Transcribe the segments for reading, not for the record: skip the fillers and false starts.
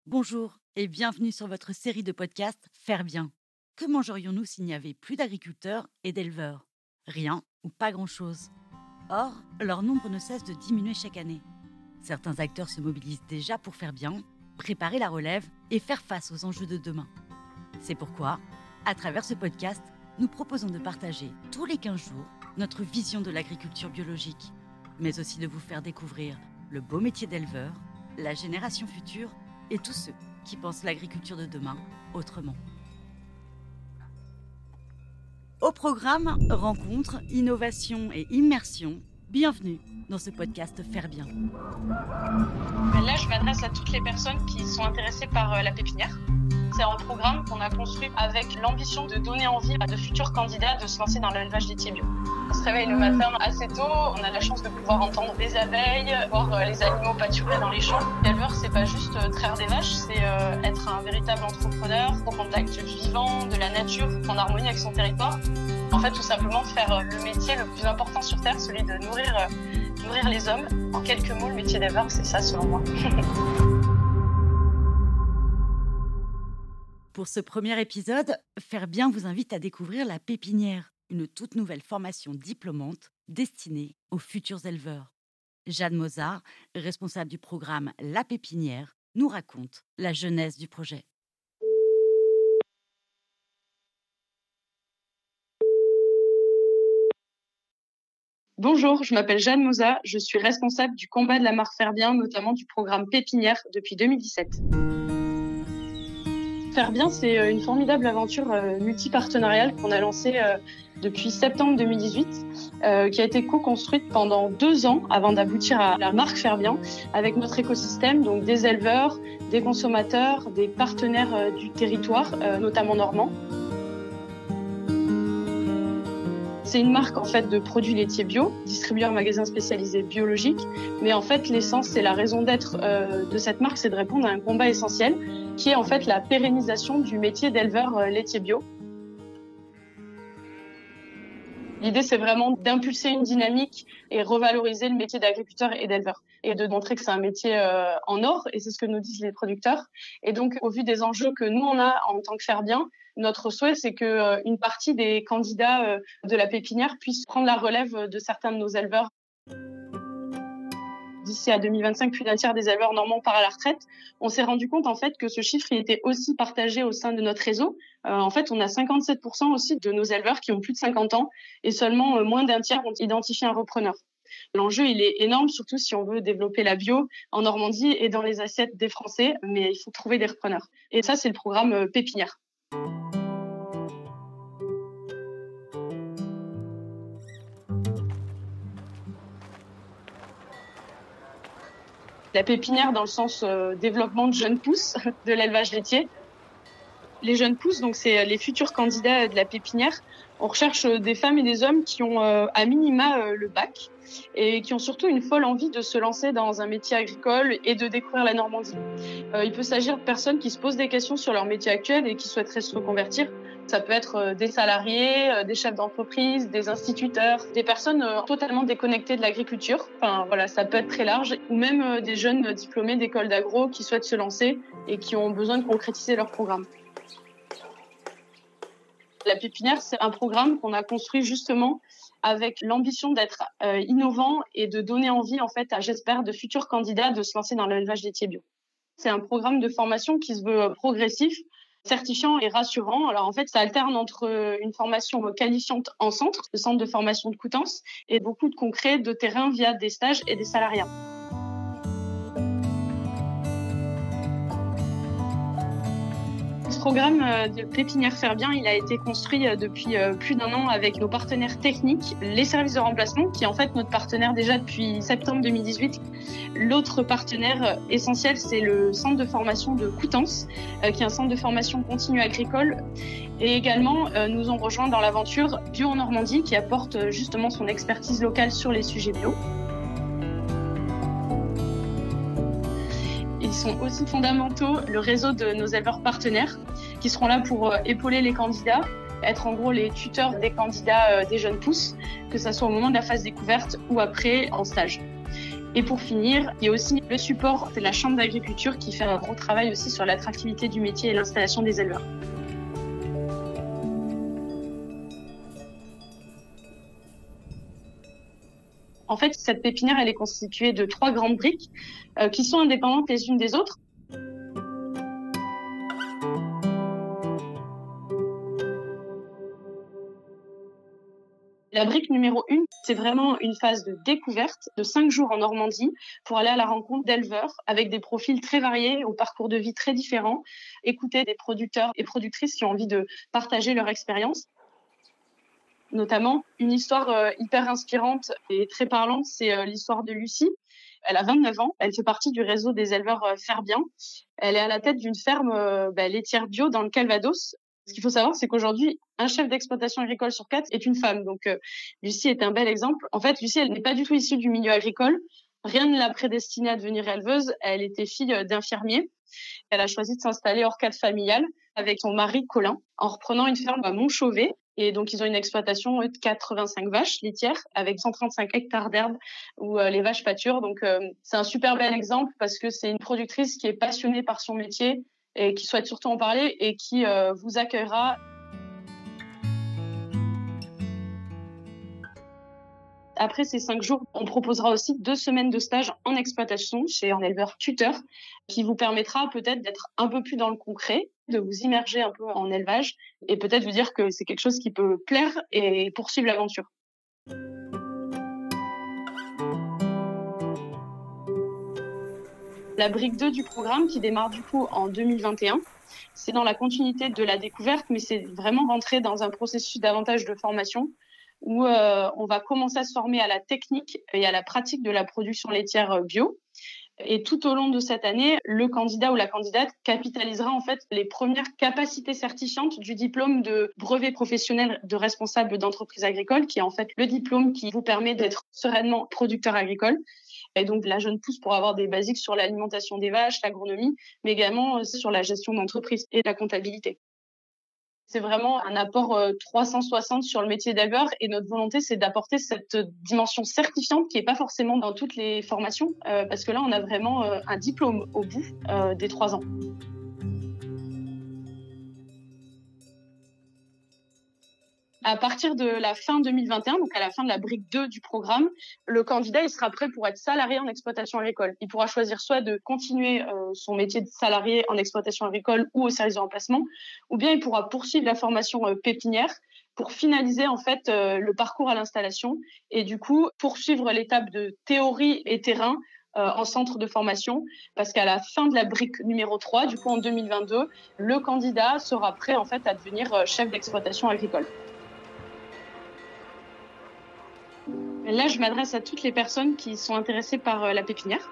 Bonjour et bienvenue sur votre série de podcasts Faire bien. Que mangerions-nous s'il n'y avait plus d'agriculteurs et d'éleveurs ? Rien ou pas grand-chose. Or, leur nombre ne cesse de diminuer chaque année. Certains acteurs se mobilisent déjà pour faire bien, préparer la relève et faire face aux enjeux de demain. C'est pourquoi, à travers ce podcast, nous proposons de partager tous les 15 jours notre vision de l'agriculture biologique, mais aussi de vous faire découvrir le beau métier d'éleveur, la génération future et tous ceux qui pensent l'agriculture de demain autrement. Au programme, rencontres, innovation et immersion, bienvenue dans ce podcast Faire bien. Là, je m'adresse à toutes les personnes qui sont intéressées par la pépinière. C'est un programme qu'on a construit avec l'ambition de donner envie à de futurs candidats de se lancer dans l'élevage laitier bio. On se réveille le matin assez tôt, on a la chance de pouvoir entendre les abeilles, voir les animaux pâturer dans les champs. L'éleveur, c'est pas juste traire des vaches, c'est être un véritable entrepreneur au contact du vivant, de la nature, en harmonie avec son territoire. En fait, tout simplement faire le métier le plus important sur Terre, celui de nourrir les hommes. En quelques mots, le métier d'éleveur, c'est ça selon moi. Pour ce premier épisode, Faire bien vous invite à découvrir la pépinière, une toute nouvelle formation diplômante destinée aux futurs éleveurs. Jeanne Mozart, responsable du programme La Pépinière, nous raconte la genèse du projet. Bonjour, je m'appelle Jeanne Mozart, je suis responsable du combat de la marque Faire bien, notamment du programme Pépinière depuis 2017. Faire bien, c'est une formidable aventure multipartenariale qu'on a lancée depuis septembre 2018, qui a été co-construite pendant 2 ans avant d'aboutir à la marque Faire bien, avec notre écosystème, donc des éleveurs, des consommateurs, des partenaires du territoire, notamment normands. C'est une marque en fait de produits laitiers bio, distribuée en magasins spécialisés biologiques. Mais en fait, l'essence et la raison d'être de cette marque, c'est de répondre à un combat essentiel, qui est en fait la pérennisation du métier d'éleveur laitier bio. L'idée, c'est vraiment d'impulser une dynamique et revaloriser le métier d'agriculteur et d'éleveur. Et de montrer que c'est un métier en or, et c'est ce que nous disent les producteurs. Et donc, au vu des enjeux que nous, on a en tant que Faire bien, notre souhait, c'est qu'une partie des candidats de la pépinière puissent prendre la relève de certains de nos éleveurs. D'ici à 2025, plus d'un tiers des éleveurs normands part à la retraite. On s'est rendu compte en fait que ce chiffre il était aussi partagé au sein de notre réseau. En fait, on a 57% aussi de nos éleveurs qui ont plus de 50 ans et seulement moins d'un tiers ont identifié un repreneur. L'enjeu, il est énorme, surtout si on veut développer la bio en Normandie et dans les assiettes des Français, mais il faut trouver des repreneurs. Et ça, c'est le programme Pépinière. La pépinière dans le sens développement de jeunes pousses de l'élevage laitier. Les jeunes pousses, donc c'est les futurs candidats de la pépinière. On recherche des femmes et des hommes qui ont à minima le bac et qui ont surtout une folle envie de se lancer dans un métier agricole et de découvrir la Normandie. Il peut s'agir de personnes qui se posent des questions sur leur métier actuel et qui souhaiteraient se reconvertir. Ça peut être des salariés, des chefs d'entreprise, des instituteurs, des personnes totalement déconnectées de l'agriculture. Enfin, voilà, ça peut être très large. Ou même des jeunes diplômés d'écoles d'agro qui souhaitent se lancer et qui ont besoin de concrétiser leur programme. La pépinière, c'est un programme qu'on a construit justement avec l'ambition d'être innovant et de donner envie, en fait, à, j'espère, de futurs candidats de se lancer dans l'élevage laitier bio. C'est un programme de formation qui se veut progressif, certifiant et rassurant. Alors en fait, ça alterne entre une formation qualifiante en centre, le centre de formation de Coutances, et beaucoup de concret de terrain via des stages et des salariats. Ce programme de Pépinière Faire bien, il a été construit depuis plus d'1 an avec nos partenaires techniques, les services de remplacement, qui est en fait notre partenaire déjà depuis septembre 2018. L'autre partenaire essentiel, c'est le centre de formation de Coutances, qui est un centre de formation continue agricole. Et également, nous ont rejoint dans l'aventure Bio en Normandie, qui apporte justement son expertise locale sur les sujets bio. Ils sont aussi fondamentaux, le réseau de nos éleveurs partenaires qui seront là pour épauler les candidats, être en gros les tuteurs des candidats des jeunes pousses, que ce soit au moment de la phase découverte ou après en stage. Et pour finir, il y a aussi le support de la Chambre d'agriculture qui fait un gros travail aussi sur l'attractivité du métier et l'installation des éleveurs. En fait, cette pépinière, elle est constituée de 3 grandes briques qui sont indépendantes les unes des autres. La brique numéro 1, c'est vraiment une phase de découverte de 5 jours en Normandie pour aller à la rencontre d'éleveurs avec des profils très variés, au parcours de vie très différents, écouter des producteurs et productrices qui ont envie de partager leur expérience. Notamment, une histoire hyper inspirante et très parlante, c'est l'histoire de Lucie. Elle a 29 ans, elle fait partie du réseau des éleveurs Faire Bien. Elle est à la tête d'une ferme laitière bio dans le Calvados. Ce qu'il faut savoir, c'est qu'aujourd'hui, un chef d'exploitation agricole sur 4 est une femme. Donc, Lucie est un bel exemple. En fait, Lucie, elle n'est pas du tout issue du milieu agricole. Rien ne l'a prédestinée à devenir éleveuse. Elle était fille d'infirmier. Elle a choisi de s'installer hors cadre familial avec son mari Colin en reprenant une ferme à Montchauvet. Et donc, ils ont une exploitation de 85 vaches laitières avec 135 hectares d'herbe où les vaches pâturent. Donc, c'est un super bel exemple parce que c'est une productrice qui est passionnée par son métier et qui souhaite surtout en parler et qui vous accueillera. Après ces 5 jours, on proposera aussi 2 semaines de stage en exploitation chez un éleveur tuteur qui vous permettra peut-être d'être un peu plus dans le concret, de vous immerger un peu en élevage et peut-être vous dire que c'est quelque chose qui peut plaire et poursuivre l'aventure. La brique 2 du programme qui démarre du coup en 2021, c'est dans la continuité de la découverte, mais c'est vraiment rentrer dans un processus davantage de formation où on va commencer à se former à la technique et à la pratique de la production laitière bio. Et tout au long de cette année, le candidat ou la candidate capitalisera en fait les premières capacités certifiantes du diplôme de brevet professionnel de responsable d'entreprise agricole, qui est en fait le diplôme qui vous permet d'être sereinement producteur agricole. Et donc, la jeune pousse pour avoir des basiques sur l'alimentation des vaches, l'agronomie, mais également sur la gestion d'entreprise et la comptabilité. C'est vraiment un apport 360 sur le métier d'éleveur et notre volonté, c'est d'apporter cette dimension certifiante qui n'est pas forcément dans toutes les formations parce que là, on a vraiment un diplôme au bout des 3 ans. À partir de la fin 2021, donc à la fin de la brique 2 du programme, le candidat il sera prêt pour être salarié en exploitation agricole. Il pourra choisir soit de continuer son métier de salarié en exploitation agricole ou au service de remplacement, ou bien il pourra poursuivre la formation pépinière pour finaliser en fait le parcours à l'installation et du coup poursuivre l'étape de théorie et terrain en centre de formation, parce qu'à la fin de la brique numéro 3, du coup en 2022, le candidat sera prêt en fait à devenir chef d'exploitation agricole. Là, je m'adresse à toutes les personnes qui sont intéressées par la pépinière.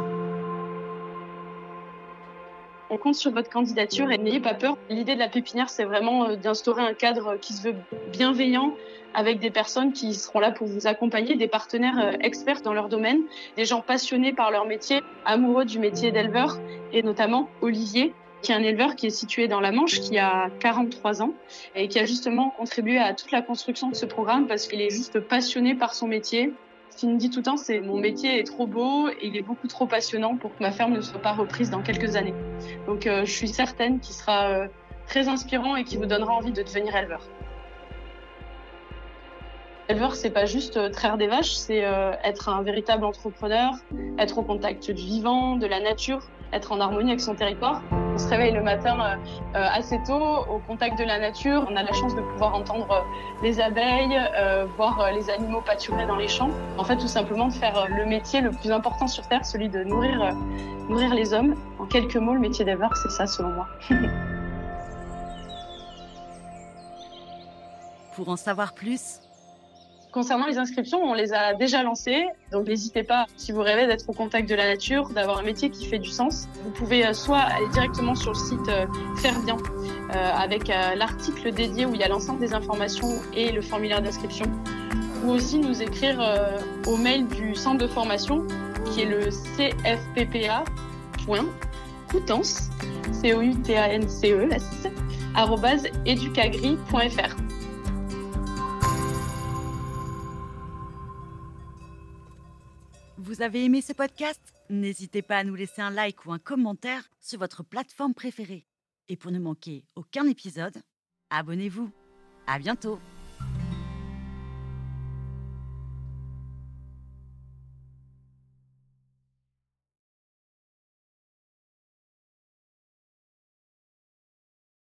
On compte sur votre candidature et n'ayez pas peur. L'idée de la pépinière, c'est vraiment d'instaurer un cadre qui se veut bienveillant avec des personnes qui seront là pour vous accompagner, des partenaires experts dans leur domaine, des gens passionnés par leur métier, amoureux du métier d'éleveur et notamment Olivier, qui est un éleveur qui est situé dans la Manche, qui a 43 ans et qui a justement contribué à toute la construction de ce programme parce qu'il est juste passionné par son métier. Ce qu'il me dit tout le temps, c'est « mon métier est trop beau et il est beaucoup trop passionnant pour que ma ferme ne soit pas reprise dans quelques années ». Donc je suis certaine qu'il sera très inspirant et qui vous donnera envie de devenir éleveur. Éleveur, c'est pas juste traire des vaches, c'est être un véritable entrepreneur, être au contact du vivant, de la nature, être en harmonie avec son territoire. On se réveille le matin assez tôt, au contact de la nature. On a la chance de pouvoir entendre les abeilles, voir les animaux pâturer dans les champs. En fait, tout simplement de faire le métier le plus important sur Terre, celui de nourrir les hommes. En quelques mots, le métier d'éleveur, c'est ça selon moi. Pour en savoir plus, concernant les inscriptions, on les a déjà lancées. Donc n'hésitez pas, si vous rêvez d'être au contact de la nature, d'avoir un métier qui fait du sens, vous pouvez soit aller directement sur le site Faire Bien avec l'article dédié où il y a l'ensemble des informations et le formulaire d'inscription, ou aussi nous écrire au mail du centre de formation qui est le cfppa.coutances, @educagri.fr. Vous avez aimé ce podcast? N'hésitez pas à nous laisser un like ou un commentaire sur votre plateforme préférée. Et pour ne manquer aucun épisode, abonnez-vous. À bientôt!